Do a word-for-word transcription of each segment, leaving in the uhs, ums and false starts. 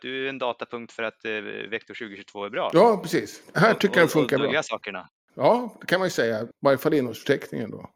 du är en datapunkt för att eh, Vector tjugohundratjugotvå är bra. Ja, precis. Här tycker jag den funkar och, och bra. Sakerna. Ja, det kan man ju säga. I varje fall innehållsförteckningen då.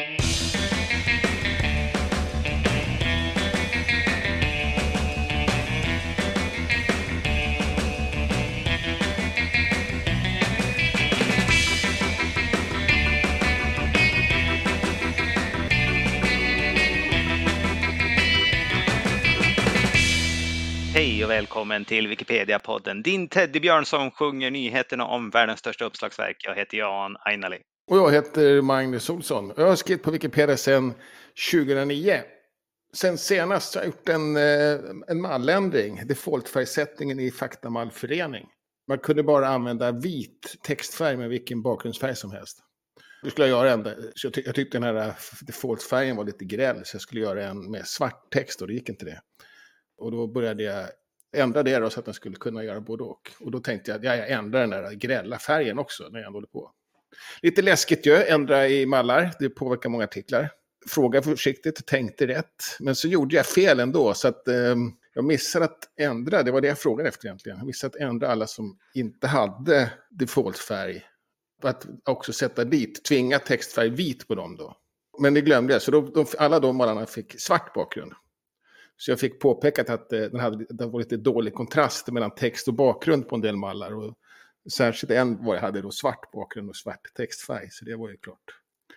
Hej och välkommen till Wikipedia-podden. Din teddybjörn som sjunger nyheterna om världens största uppslagsverk. Jag heter Jan Ainali. Och jag heter Magnus Olsson. Jag har skrivit på Wikipedia sedan tjugohundranio. Sen senast har jag gjort en, en malländring. Default-färgsättningen i faktamallförening. Man kunde bara använda vit textfärg med vilken bakgrundsfärg som helst. Jag skulle göra en, så jag, tyck, jag tyckte den här default-färgen var lite gräll. Så jag skulle göra en med svart text och det gick inte det. Och då började jag ändra det då så att den skulle kunna göra både och. Och då tänkte jag att ja, jag ändrar den där grälla färgen också när jag håller på. Lite läskigt ju, ändra i mallar. Det påverkar många artiklar. Fråga försiktigt, tänkte rätt. Men så gjorde jag fel ändå så att eh, jag missade att ändra. Det var det jag frågade efter egentligen. Jag missade att ändra alla som inte hade default-färg. Att också sätta dit, tvinga textfärg vit på dem då. Men det glömde jag, så då, de, alla de mallarna fick svart bakgrund. Så jag fick påpekat att eh, den hade, det var lite dålig kontrast mellan text och bakgrund på en del mallar. Och särskilt en var jag hade då svart bakgrund och svart textfärg. Så det var ju klart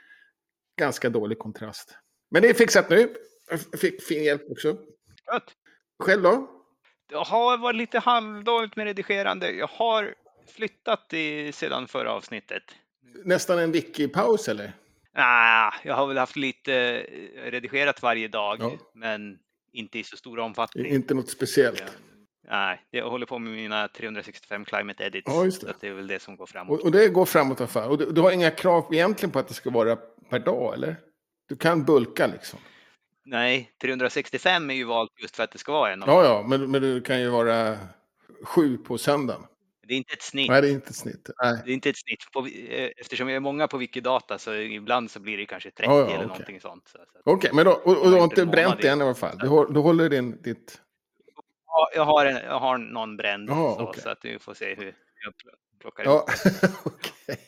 ganska dålig kontrast. Men det är fixat nu. Jag fick fin hjälp också. Gött. Själv då? Jag har varit lite halvdåligt med redigerande. Jag har flyttat i, sedan förra avsnittet. Nästan en wiki-paus eller? Nej, jag har väl haft lite redigerat varje dag. Ja. Men inte i så stor omfattning. Inte något speciellt. Ja. Nej, jag håller på med mina trehundrasextiofem climate edits. Ja, just det. Så att det är väl det som går framåt. Och, och det går framåt i alla fall. Och du, du har inga krav egentligen på att det ska vara per dag, eller? Du kan bulka liksom. Nej, trehundrasextiofem är ju valt just för att det ska vara en. Ja, ja, men, men du kan ju vara sju på söndagen. Det är inte ett snitt. Nej, det är inte ett snitt. Nej. Det är inte ett snitt. På, eftersom jag är många på Wikidata så ibland så blir det kanske trettio ja, ja, eller okay. någonting sånt. Så, så Okej, okay, men då, och, och du har inte bränt det än i alla fall? Du, du håller din, ditt... Ja, jag har, en, jag har någon bränd ja, så, okay. så att vi får se hur jag plockar ja, okej.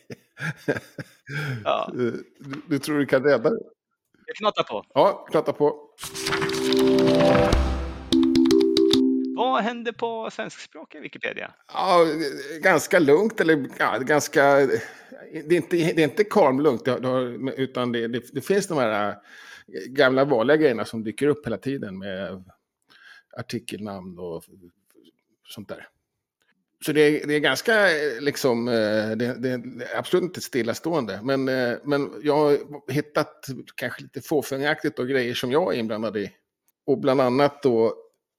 Ja. Du, du tror du kan rädda det? Jag knatar på. Ja, knatar på. Vad händer på svenskspråkiga Wikipedia? Ja, ganska lugnt. Eller, ja, ganska, det, är inte, det är inte kalmlugnt, utan det, det, det finns de här gamla vanliga grejerna som dyker upp hela tiden med artikelnamn och sånt där. Så det är, det är ganska liksom, det, det är absolut inte stillastående. Men, men jag har hittat kanske lite fåfängaktigt och grejer som jag är inblandad i. Och bland annat då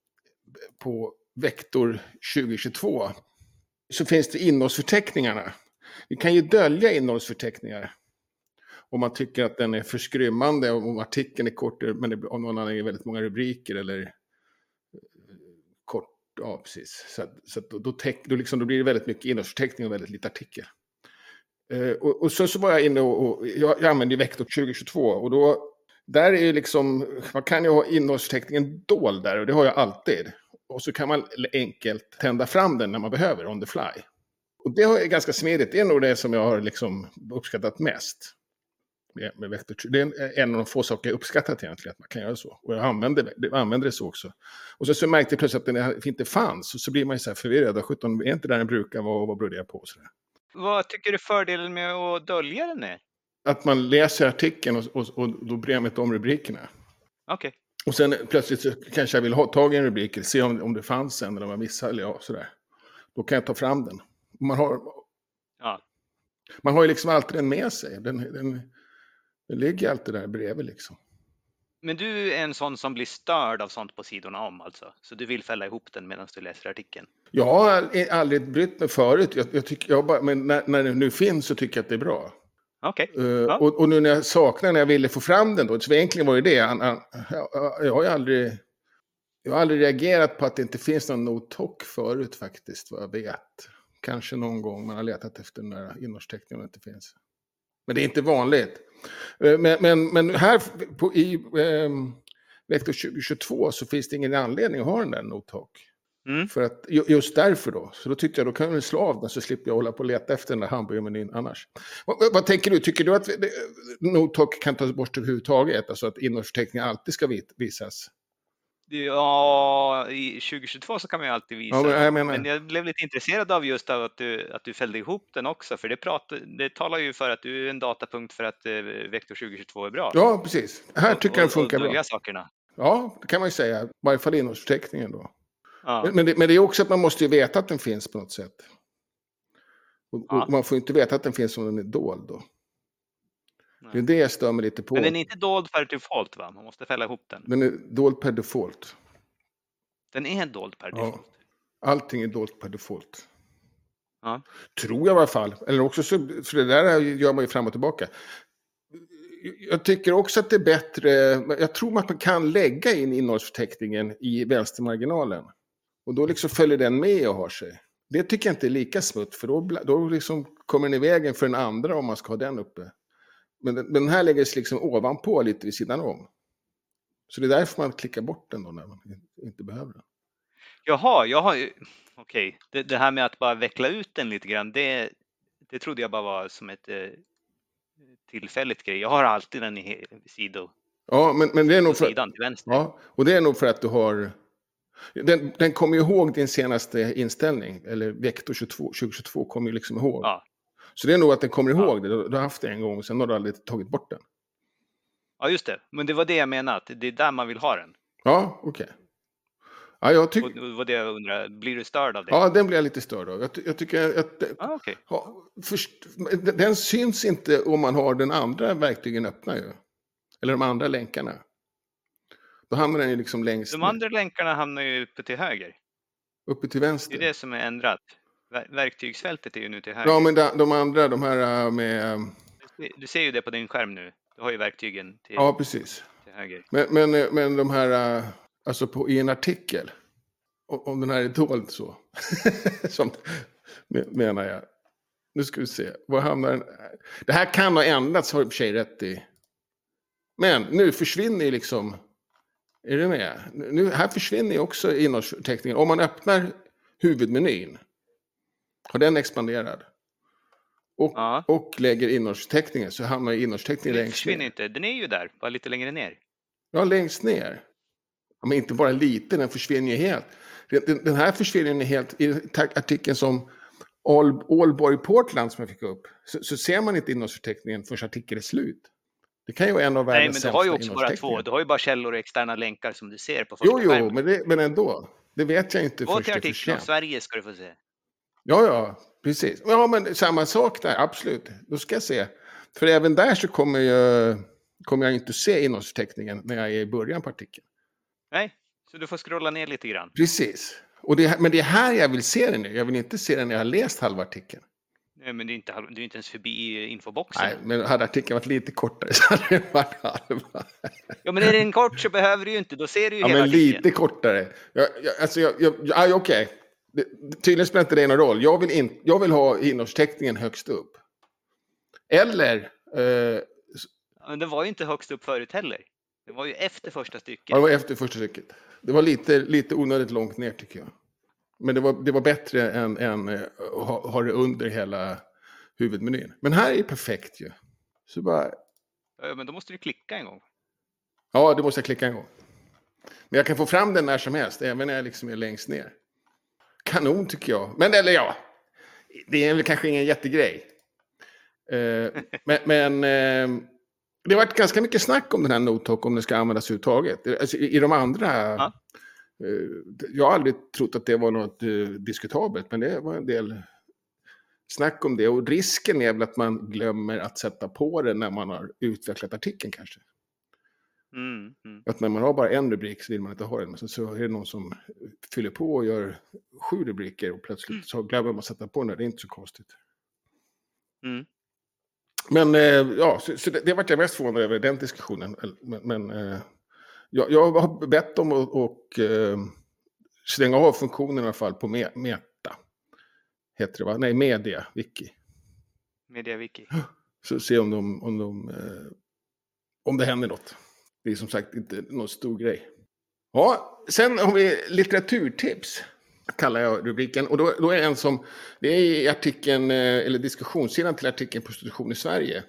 på Vector tjugohundratjugotvå så finns det innehållsförteckningarna. Vi kan ju dölja innehållsförteckningar om man tycker att den är för skrymmande, om artikeln är kort, men det, om någon annan är väldigt många rubriker eller kort, ja precis. Så, så då, då, teck, då, liksom, då blir det väldigt mycket innehållsförteckning och väldigt lite artikel. Eh, och, och så, så var jag inne och, och jag, jag använde Vector tjugohundratjugotvå och då där är ju liksom, man kan ju ha innehållsförteckningen dold där och det har jag alltid. Och så kan man enkelt tända fram den när man behöver, on the fly. Och det är ganska smidigt, det är nog det som jag har liksom uppskattat mest. Med, med Vector. Det är en av de få saker jag uppskattat egentligen, att man kan göra så. Och jag använder, jag använder det så också. Och så, så märkte jag plötsligt att den inte fanns. Och så blir man ju så här förvirrad. sjutton, är inte där den brukar vara och vad brodde jag på? Så där. Vad tycker du fördelen med att dölja den är? Att man läser artikeln och, och, och då bryr jag mig inte om rubrikerna. Okej. Okay. Och sen plötsligt så kanske jag vill ha tag i en rubrik. Se om, om det fanns en eller om jag missade. Eller ja, sådär. Då kan jag ta fram den. Man har, ja. man har ju liksom alltid den med sig. Den, den, den ligger alltid där bredvid liksom. Men du är en sån som blir störd av sånt på sidorna om alltså? Så du vill fälla ihop den medan du läser artikeln? Jag har aldrig brytt mig förut. Jag, jag tycker, jag bara, men när, när det nu finns så tycker jag att det är bra. Okej. Okay. Uh, ja. och, och nu när jag saknar, när jag ville få fram den då. Så egentligen var ju det. Jag, jag, jag har ju aldrig... Jag har aldrig reagerat på att det inte finns någon nothock förut faktiskt, vad jag vet. Kanske någon gång man har letat efter den där innehållsteckningen och det inte finns. Men det är inte vanligt. Men, men, men här på, i eh, Vector tjugohundratjugotvå så finns det ingen anledning att ha den där nothock. Mm. För att, just därför då. Så då tyckte jag, då kan jag väl slå av den så slipper jag hålla på och leta efter den där hamburgermenyn annars. Vad, vad tänker du? Tycker du att NoTalk kan tas bort överhuvudtaget? Alltså att innehållsförteckningar alltid ska visas? Ja, i tjugohundratjugotvå så kan man ju alltid visa. Ja, men, jag men, menar... men jag blev lite intresserad av just av att du, att du fällde ihop den också. För det, pratar, det talar ju för att du är en datapunkt för att eh, Vector tjugohundratjugotvå är bra. Ja, precis. Här tycker jag den funkar och, och, och bra. Sakerna. Ja, det kan man ju säga. I varje fall innehållsförteckningen då. Ja. Men, men, det, men det är också att man måste ju veta att den finns på något sätt. Och, Ja. och man får inte veta att den finns om den är dold då. Nej. Det är det jag stör mig lite på. Men den är inte dold per default, va? Man måste fälla ihop den. Den är dold per default. Den är dold per default. Ja. Allting är dolt per default. Ja. Tror jag i alla fall. Eller också så, för det där gör man ju fram och tillbaka. Jag tycker också att det är bättre, jag tror att man kan lägga in innehållsförteckningen i vänstermarginalen. Och då liksom följer den med och har sig. Det tycker jag inte är lika smutt, för då, då liksom kommer den i vägen för den andra om man ska ha den uppe. Men den, den här läggs liksom ovanpå lite vid sidan om. Så det är därför man klickar bort den då när man inte behöver den. Jaha, jag har ju... Okej, det, det här med att bara veckla ut den lite grann, det, det trodde jag bara var som ett eh, tillfälligt grej. Jag har alltid den i sido. Ja, men, men det är nog för... Sidan till vänster. Ja, och det är nog för att du har... Den, den kommer ju ihåg din senaste inställning, eller Vector tjugohundratjugotvå, tjugohundratjugotvå kommer ju liksom ihåg. Ja. Så det är nog att den kommer ihåg Ja. det. Du, du har haft det en gång och sen har du aldrig tagit bort den. Ja, just det. Men det var det jag menade, att det är där man vill ha den. Ja, okej. Okay. Ja, jag tycker... Och det var det jag undrar, blir du störd av det? Ja, den blir jag lite störd av. Jag, ty- jag tycker att... Ah, okay. Ja, först, den syns inte om man har den andra verktygen öppna ju. Eller de andra länkarna. Då hamnar den ju liksom längst De ner. andra länkarna hamnar ju uppe till höger. Uppe till vänster. Det är det som är ändrat. Ver- verktygsfältet är ju nu till höger. Ja, men de, de andra, de här med... Du ser ju det på din skärm nu. Du har ju verktygen till, Ja, precis. till höger. Men, men, men de här, alltså på, i en artikel, om, om den här är dold så, som, menar jag. Nu ska vi se, var hamnar den? Det här kan ha ändrats, har i och för sig rätt i. Men nu försvinner ju liksom, är du med? Nu, här försvinner ju också innehållsförteckningen. Om man öppnar huvudmenyn, har den expanderad. Och, Ja. och lägger innehållsförteckningen, så hamnar innehållsförteckningen Den längst försvinner ner. inte. Den är ju där, bara lite längre ner. Ja, längst ner. Ja, men inte bara lite, den försvinner ju helt. Den, den här försvinner ju helt. I artikeln som All, Allborg Portland som jag fick upp, så, så ser man inte innehållsförteckningen förrän artikeln är slut. Det kan ju vara en av världens sämsta. Nej, men du har ju också bara två. Du har ju bara källor och externa länkar som du ser på första Jo, jo, skärmen. men, det, men ändå. Det vet jag inte. Gå till artikeln om Sverige ska du få se. Ja, ja, precis. Ja, men samma sak där, absolut. Då ska jag se. För även där så kommer jag, kommer jag inte se innehållsförteckningen när jag är i början på artikeln. Nej, så du får scrolla ner lite grann. Precis. Och det, men det är här jag vill se den nu. Jag vill inte se den när jag har läst halva artikeln. Nej, men du är inte, du är inte ens förbi infoboxen. Nej, men hade artikeln varit lite kortare så hade det varit halva. Ja, men är den kort så behöver du ju inte. Då ser du ju Ja, hela men artikeln. lite kortare. Jag, jag, alltså, jag, jag, aj, okej. Det, tydligen spelar inte det någon roll. Jag vill, in, jag vill ha innehållsteckningen högst upp. Eller... Eh, Men den var ju inte högst upp förut heller. Det var ju efter första stycket. Ja, det var efter första stycket. Det var lite, lite onödigt långt ner tycker jag. Men det var, det var bättre än, än att ha, ha det under hela huvudmenyn. Men här är det perfekt ju. Så bara... Ja, men då måste du klicka en gång. Ja, det måste jag klicka en gång. Men jag kan få fram den när som helst, även när jag liksom är längst ner. Kanon tycker jag. Men eller ja, det är väl kanske ingen jättegrej. Uh, men men uh, det har varit ganska mycket snack om den här NoTalk, om den ska användas överhuvudtaget. Alltså, i, i de andra... Ja. Uh, jag har aldrig trott att det var något uh, diskutabelt, men det var en del snack om det. Och risken är väl att man glömmer att sätta på det när man har utvecklat artikeln kanske. Mm, mm. Att när man har bara en rubrik så vill man inte ha den. Men så, så är det någon som fyller på och gör sju rubriker och plötsligt mm. så glömmer man sätta på den. Det är inte så konstigt. Mm. Men eh, ja, så, så det, det vart jag mest förvånad över den diskussionen. Men, men eh, jag, jag har bett dem att och, eh, stänga av funktionen i alla fall på me, Meta. Heter det va? Nej, Media Wiki. Media Wiki. Så se om de, om de eh, om det händer något. Det är som sagt inte någon stor grej. Ja, sen har vi litteraturtips. kallar jag rubriken. Och då, då är det en som, det är i artikeln, eller diskussionssidan till artikeln Prostitution i Sverige.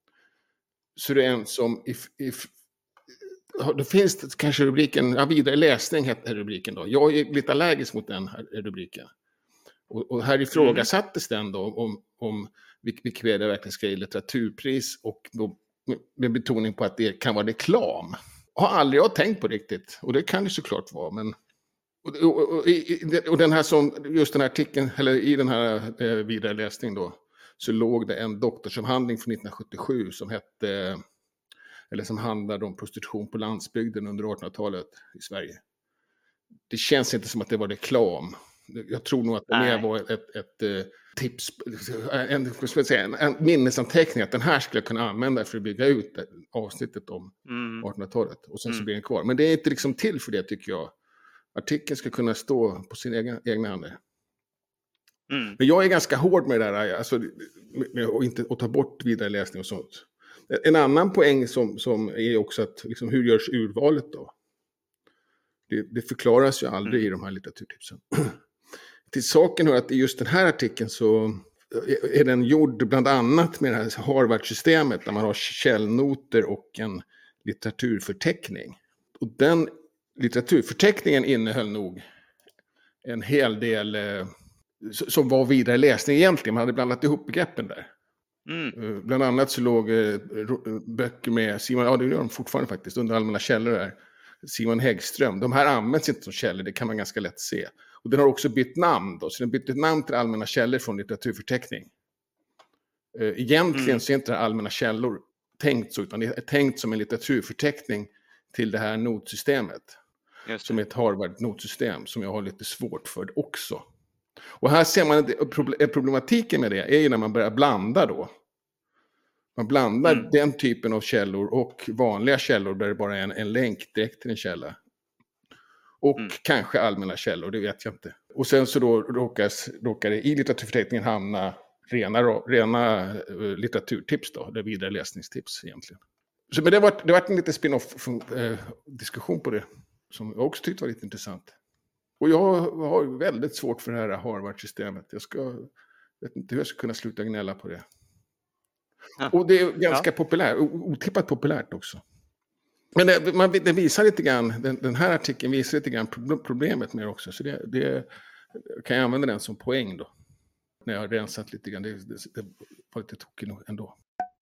Så det är en som, if, if, då finns det kanske rubriken, ja, vidare läsning heter rubriken då. Jag är lite allergisk mot den här rubriken. Och, och här ifrågasattes mm. den då om, om Wikipedia verkligen ska ge litteraturpris och då med betoning på att det kan vara reklam. Har aldrig jag tänkt på riktigt, och det kan ju såklart vara, men och, och, och, och den här som, just den här artikeln, eller i den här eh, vidare läsning då, så låg det en doktorsavhandling från nittonhundrasjuttiosju som hette, eller som handlade om prostitution på landsbygden under artonhundratalet i Sverige. Det känns inte som att det var reklam. Jag tror nog att det mer var ett, ett, ett tips, en, säga, en, en minnesanteckning att den här skulle jag kunna använda för att bygga ut avsnittet om mm. artonhundratalet. Och sen mm. så blir den kvar. Men det är inte liksom till för det, tycker jag. Artikeln ska kunna stå på sina egna, egna händer. Mm. Men jag är ganska hård med det där, alltså, med att inte att ta bort vidare läsning och sånt. En annan poäng som, som är också att liksom, hur görs urvalet då? Det, det förklaras ju aldrig mm. i de här litteraturtipsen. Till saken hör att i just den här artikeln så är den gjord bland annat med det här Harvard-systemet där man har källnoter och en litteraturförteckning. Och den litteraturförteckningen innehöll nog en hel del eh, som var vidare läsning egentligen. Man hade blandat ihop begreppen där. Mm. Bland annat så låg eh, böcker med Simon, ja det gör de fortfarande faktiskt, under allmänna källor där. Simon Häggström. De här används inte som källor, det kan man ganska lätt se. Och den har också bytt namn då, så den bytte namn till allmänna källor från litteraturförteckning. Egentligen mm. så är inte det allmänna källor tänkt så, utan det är tänkt som en litteraturförteckning till det här notsystemet. Just det. Som är ett Harvard-notsystem som jag har lite svårt för också. Och här ser man att problematiken med det är ju när man börjar blanda då. Man blandar mm. den typen av källor och vanliga källor där det bara är en, en länk direkt till en källa. Och mm. kanske allmänna källor, det vet jag inte. Och sen så då råkas, råkar det i litteraturförteckningen hamna rena, rena uh, litteraturtips då, det är vidare läsningstips egentligen. Så, men det var, det var en liten spin-off uh, diskussion på det som jag också tyckte var lite intressant. Och jag har väldigt svårt för det här Harvard-systemet. Jag ska, vet inte hur jag ska kunna sluta gnälla på det. Ja. Och det är ganska ja. populärt, otippat populärt också. Men det, man, det visar lite grann, den, den här artikeln visar lite grann problemet med det också. Så det, det kan jag använda den som poäng då. När jag har rensat lite grann, det, det, det var lite tokigt ändå.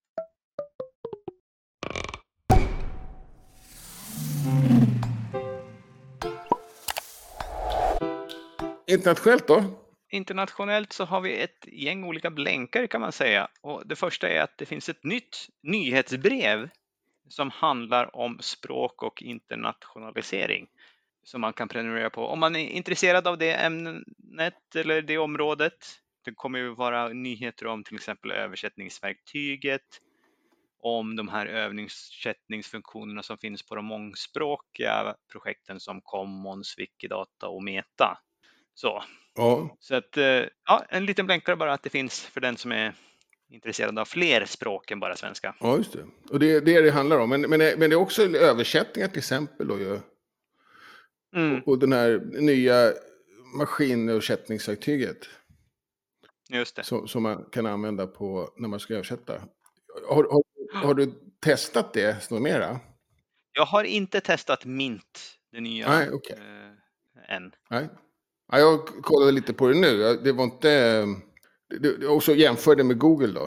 Internationellt då? Internationellt så har vi ett gäng olika blänkare kan man säga. Och det första är att det finns ett nytt nyhetsbrev som handlar om språk och internationalisering som man kan prenumerera på. Om man är intresserad av det ämnet eller det området. Det kommer ju vara nyheter om till exempel översättningsverktyget, om de här övningssättningsfunktionerna som finns på de mångspråkiga projekten som Commons, Wikidata och Meta. Så, ja. Så att, ja, en liten blänkare bara att det finns för den som är intresserad av fler språk än bara svenska. Ja, just det. Och det är det det handlar om. Men, men, det, men det är också översättningar till exempel. Och, ju. Mm. och, och den här nya maskinöversättningsverktyget. Just det. Som, som man kan använda på när man ska översätta. Har, har, har du testat det något mera? Jag har inte testat Mint, det nya. Nej, okej. Okay. Äh, än. Nej. Ja, jag kollade lite på det nu. Det var inte... Det, och så jämförde med Google då.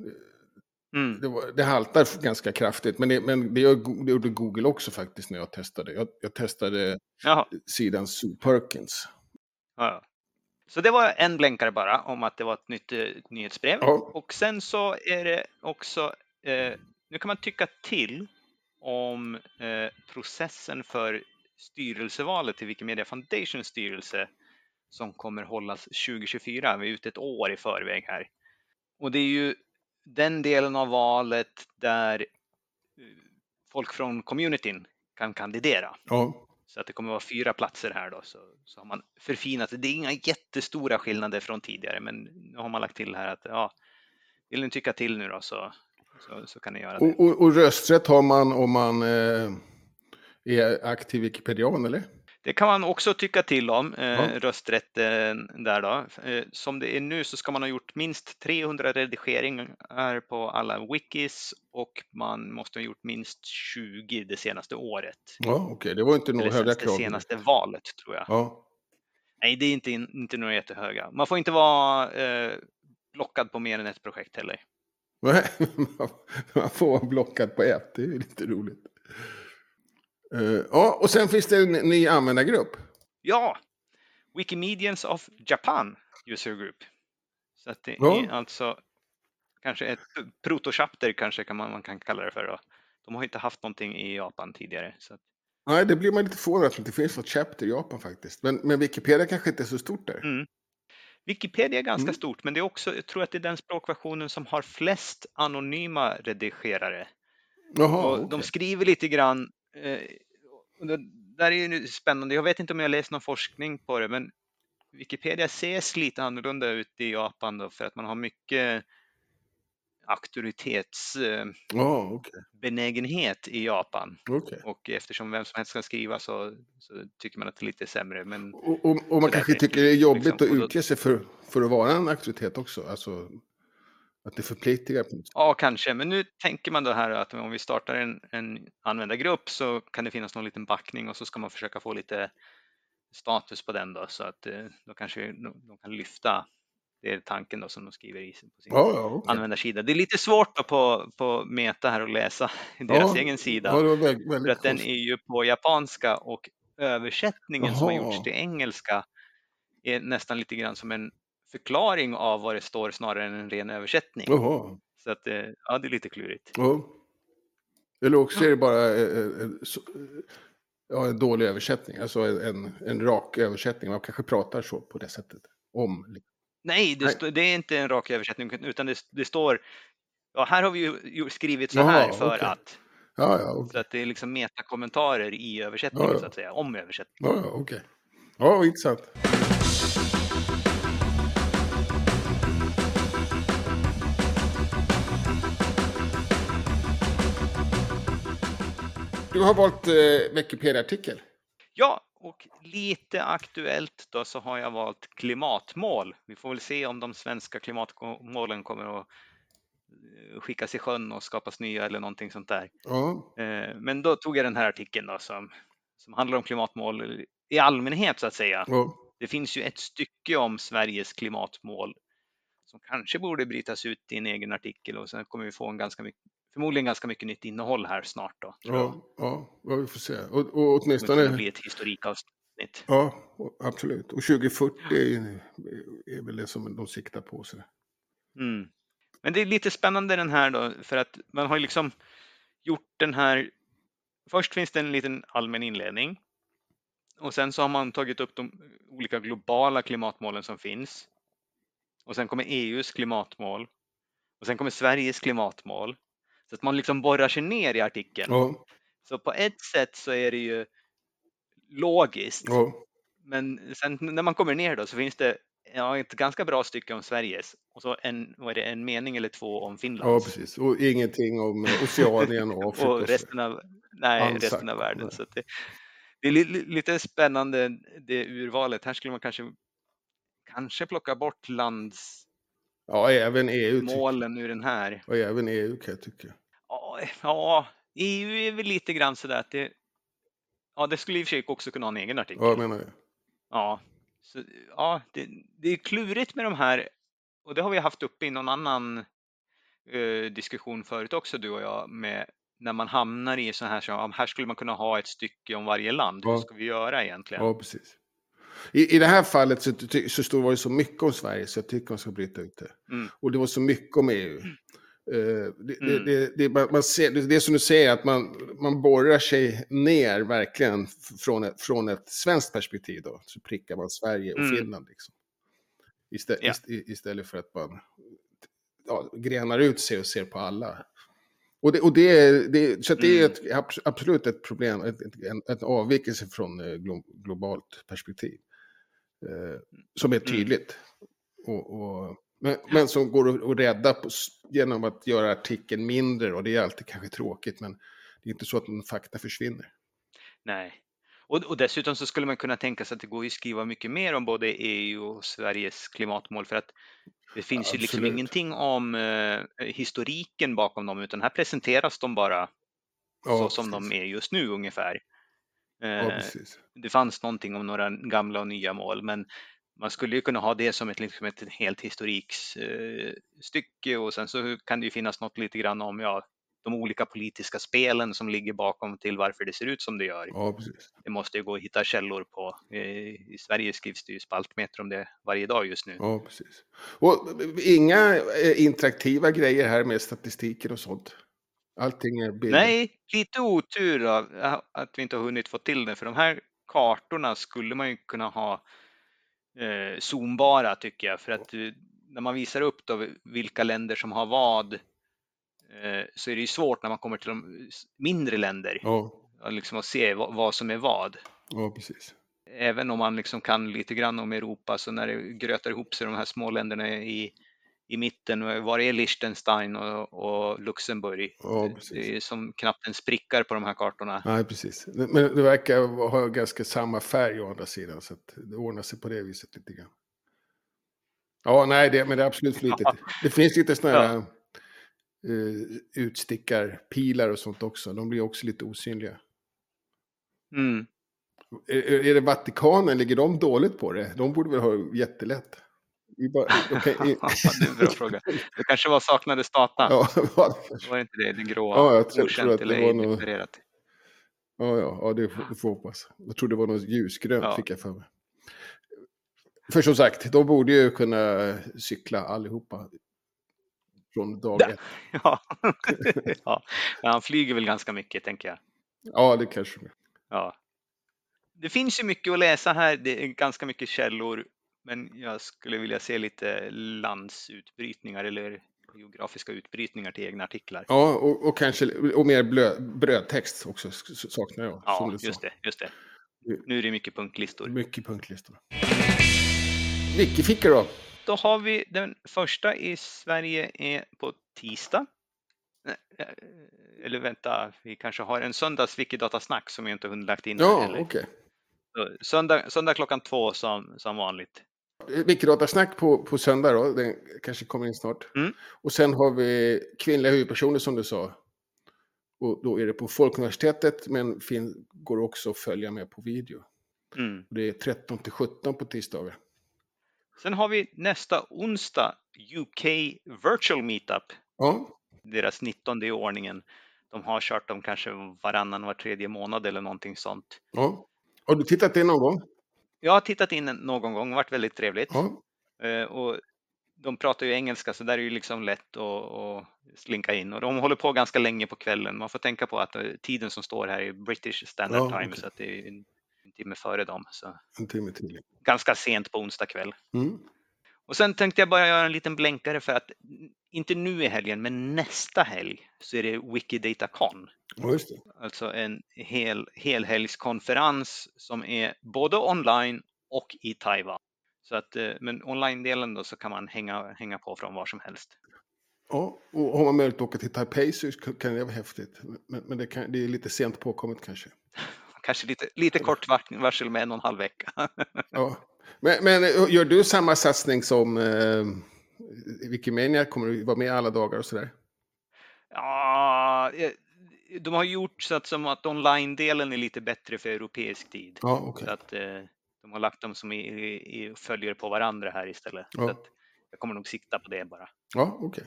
Mm. Det, var, det haltar ganska kraftigt. Men det, men det, det gjorde Google också faktiskt när jag testade. Jag, jag testade Jaha. sidan Sue Perkins. Ja. Så det var en blänkare bara om att det var ett nytt uh, nyhetsbrev. Ja. Och sen så är det också... Uh, nu kan man tycka till om uh, processen för styrelsevalet till Wikimedia Foundation styrelse som kommer hållas tjugo tjugofyra. Vi är ute ett år i förväg här. Och det är ju den delen av valet där folk från communityn kan kandidera. Ja. Så att det kommer att vara fyra platser här då. Så, så har man förfinat det. Det är inga jättestora skillnader från tidigare. Men nu har man lagt till här att ja, vill ni tycka till nu då så, så, så kan ni göra det. Och, och, och rösträtt har man om man eh, är aktiv Wikipedian eller? Det kan man också tycka till om, eh, Ja. rösträtten där då. Eh, som det är nu så ska man ha gjort minst trehundra redigeringar på alla wikis och man måste ha gjort minst tjugo det senaste året. Ja, okej. Okay. Det var inte några Eller höga det krav. senaste valet, tror jag. Ja. Nej, det är inte, inte några jättehöga. Man får inte vara eh, blockad på mer än ett projekt heller. Nej, man får vara blockad på ett. Det är ju lite roligt. Uh, ja, och sen finns det en ny användargrupp. Ja, Wikimedians of Japan User Group. Så att det Ja. är alltså kanske ett proto-chapter kanske kan man, man kan kalla det för. Då. De har inte haft någonting i Japan tidigare. Så att... Nej, det blir man lite förvånad att det finns något chapter i Japan faktiskt. Men, men Wikipedia kanske inte är så stort där. Mm. Wikipedia är ganska Mm. stort, men det är också, jag tror att det är den språkversionen som har flest anonyma redigerare. Jaha, och okay. De skriver lite grann, eh, och det där är ju spännande, jag vet inte om jag läst någon forskning på det, men Wikipedia ses lite annorlunda ut i Japan då, för att man har mycket auktoritetsbenägenhet eh, oh, okay. i Japan. Okay. Och eftersom vem som helst kan skriva så, så tycker man att det är lite sämre. Men och, och, och man kanske därför, tycker det är jobbigt liksom, att utge sig för, för att vara en auktoritet också. Alltså att det förpliktigar. Ja, kanske. Men nu tänker man då här att om vi startar en, en användargrupp så kan det finnas någon liten backning och så ska man försöka få lite status på den då, så att då kanske de kan lyfta. Det är tanken då som de skriver i på sin ja, ja, okay. användarsida. Det är lite svårt då på, på Meta här att läsa deras ja, egen sida. Ja, det var väldigt, väldigt för att den är ju på japanska och översättningen Aha. som har gjorts till engelska är nästan lite grann som en förklaring av vad det står snarare än en ren översättning. Aha. Så att, ja, det är lite klurigt. Ja. Eller också är det bara en, ja, en dålig översättning. Alltså en, en rak översättning. Man kanske pratar så på det sättet. Om. Nej, det, Nej. det är inte en rak översättning. Utan det, det står, ja, här har vi ju skrivit så här Aha, för okay. att. Ja, ja, okay. Så att det är liksom metakommentarer i översättningen, ja, ja. så att säga. Om översättningen. Ja, ja, okej. Okay. Ja, intressant. Du har valt eh, Wikipedia-artikel. Ja, och lite aktuellt då så har jag valt klimatmål. Vi får väl se om de svenska klimatmålen kommer att skickas i sjön och skapas nya eller någonting sånt där. Ja. Eh, men då tog jag den här artikeln då som, som handlar om klimatmål i allmänhet så att säga. Ja. Det finns ju ett stycke om Sveriges klimatmål som kanske borde brytas ut i en egen artikel och sen kommer vi få en ganska mycket, förmodligen ganska mycket nytt innehåll här snart då. Ja, ja, ja, vi får se. Och, och åtminstone... Det blir ett historikavsnitt. Ja, absolut. Och tjugo fyrtio är, är väl det som de siktar på sig. Mm. Men det är lite spännande den här då, för att man har liksom gjort den här... Först finns det en liten allmän inledning. Och sen så har man tagit upp de olika globala klimatmålen som finns. Och sen kommer E U:s klimatmål. Och sen kommer Sveriges klimatmål. Så att man liksom borrar sig ner i artikeln. Ja. Så på ett sätt så är det ju logiskt. Ja. Men sen när man kommer ner då så finns det ja, ett ganska bra stycke om Sveriges. Och så en, vad är det, en mening eller två om Finland. Ja, precis. Och ingenting om Oceanien och Afrika. och resten av, nej, resten av världen. Så det, det är li, lite spännande det urvalet. Här skulle man kanske, kanske plocka bort lands... Ja, även E U. Målen ur den här. Och även E U kan jag tycka. Ja, ja, E U är väl lite grann sådär att det... Ja, det skulle i och för sig också kunna ha en egen artikel. Ja, jag menar det. Ja, så, ja det, det är klurigt med de här. Och det har vi haft uppe i någon annan eh, diskussion förut också, du och jag. Med när man hamnar i så här, så här skulle man kunna ha ett stycke om varje land. Ja. Hur ska vi göra egentligen? Ja, precis. I, I det här fallet så, så står det så mycket om Sverige så jag tycker man ska bryta ut det. Mm. Och det var så mycket om E U. Mm. Uh, det, mm. det, det, det, man ser, det, det är som du säger att man, man borrar sig ner verkligen från ett, från ett svenskt perspektiv då. Så prickar man Sverige och mm. Finland liksom. Istä, ja. ist, istället för att man ja, grenar ut sig och ser på alla. Och det, och det är, det, så det är ett, absolut ett problem, ett, en, en avvikelse från glo, globalt perspektiv. Uh, som är tydligt. Mm. Och, och Men, men som går att rädda på, genom att göra artikeln mindre. Och det är alltid kanske tråkigt. Men det är inte så att en fakta försvinner. Nej. Och, och dessutom så skulle man kunna tänka sig att det går att skriva mycket mer om både E U och Sveriges klimatmål, för att det finns ju liksom Absolut. ingenting om eh, historiken bakom dem, utan här presenteras de bara Ja, så som precis. de är just nu ungefär. Ja, Eh, precis. det fanns någonting om några gamla och nya mål, men man skulle ju kunna ha det som ett, liksom ett helt historikstycke, och sen så kan det ju finnas något lite grann om ja, de olika politiska spelen som ligger bakom till varför det ser ut som det gör. Ja, precis. Det måste ju gå att hitta källor på. I Sverige skrivs det ju spaltmeter om det varje dag just nu. Ja, precis. Och inga eh, interaktiva grejer här med statistiken och sånt. Allting är bilder. Nej, lite otur då, att vi inte har hunnit få till det, för de här kartorna skulle man ju kunna ha eh, zoombara tycker jag, för att eh, när man visar upp då vilka länder som har vad eh, så är det ju svårt när man kommer till de mindre länder Ja, liksom att se vad, vad som är vad. ja, precis. Även om man liksom kan lite grann om Europa, så när det grötar ihop sig de här små länderna i, i mitten, var är Liechtenstein och, och Luxemburg? Ja, Det precis. är som knappt en sprickar på de här kartorna. Nej, precis. Men det verkar ha ganska samma färg å andra sidan, så att det ordnar sig på det viset lite grann. Ja, nej, det, men det är absolut för litet. Det finns lite sådana här Ja. uh, utstickarpilar och sånt också. De blir också lite osynliga. Mm. Är, är det Vatikanen, ligger de dåligt på det? De borde väl ha jättelätt. Vi bara, okay. Det är en bra fråga. Det kanske var saknades data. Ja, var det inte det? Den gråa, ja, jag tror, okänt tror att eller det var något... deklarerat. Ja, ja, ja, det får, det får hoppas. Jag tror det var något ljusgrönt, Ja. fick jag för mig. För som sagt, de borde ju kunna cykla allihopa från dag Ja. ett. Ja. Ja, men han flyger väl ganska mycket, tänker jag. Ja, det kanske. Ja. Det finns ju mycket att läsa här, det är ganska mycket källor, men jag skulle vilja se lite landsutbrytningar eller geografiska utbrytningar till egna artiklar. Ja, och, och kanske och mer blö, brödtext också saknar jag. Ja, just det, just det. Nu är det mycket punktlistor. Mycket punktlistor. Wikifika då? Då har vi den första i Sverige är på tisdag. Eller vänta, vi kanske har en söndags Wikidatasnack som jag inte hunnit lagt in. Ja, okej. Okay. Söndag, söndag klockan två som, som vanligt. Wikidatasnack på, på söndag då, den kanske kommer in snart. Mm. Och sen har vi kvinnliga huvudpersoner som du sa. Och då är det på Folkuniversitetet, men fin, går också att följa med på video. Mm. Det är tretton till sjutton på tisdagar. Sen har vi nästa onsdag U K Virtual Meetup. Ja. Deras nittonde i ordningen. De har kört dem kanske varannan, var tredje månad eller någonting sånt. Ja. Har du tittat det någon gång? Jag har tittat in någon gång, varit väldigt trevligt. Ja. Uh, och de pratar ju engelska, så där är det ju liksom lätt att, att slinka in. Och de håller på ganska länge på kvällen. Man får tänka på att tiden som står här är British Standard ja, Time, okay. Så att det är en, en timme före dem. Så. En timme till. Ganska sent på onsdag kväll. Mm. Och sen tänkte jag bara göra en liten blänkare för att inte nu i helgen, men nästa helg så är det Wikidatacon. Ja, just det. Alltså en hel, helhelgskonferens som är både online och i Taiwan. Så att, men online-delen då så kan man hänga, hänga på från var som helst. Ja, och har man möjlighet att åka till Taipei så kan det vara häftigt. Men, men det, kan, det är lite sent påkommet kanske. Kanske lite, lite kort varsel med en och en halv vecka. Ja. Men, men gör du samma satsning som eh, Wikimania? Kommer du vara med alla dagar och sådär? Ja, de har gjort så att, som att online-delen är lite bättre för europeisk tid. Ja, okay. Så att eh, de har lagt dem som i, i, i följer på varandra här istället. Ja. Så att jag kommer nog sikta på det bara. Ja, okej. Okay.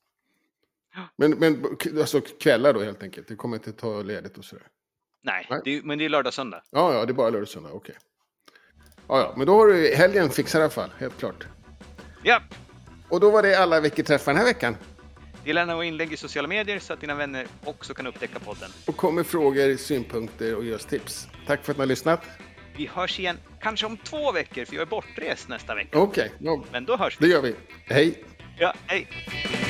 Men, men alltså kvällar då helt enkelt? Du kommer inte ta ledigt och sådär? Nej, Nej. Det, men det är lördag söndag. Ja, ja, det är bara lördag söndag, okej. Okay. Ja, ja, men då har du helgen fixat i alla fall, helt klart. Ja. Och då var det alla veckoträffar den här veckan. Dela gärna inlägg i sociala medier så att dina vänner också kan upptäcka podden. Och kommer frågor, synpunkter och ge oss tips. Tack för att ni har lyssnat. Vi hörs igen, kanske om två veckor, för jag är bortrest nästa vecka. Okej. Okay. Ja. Men då hörs vi. Det gör vi. Hej. Ja, hej.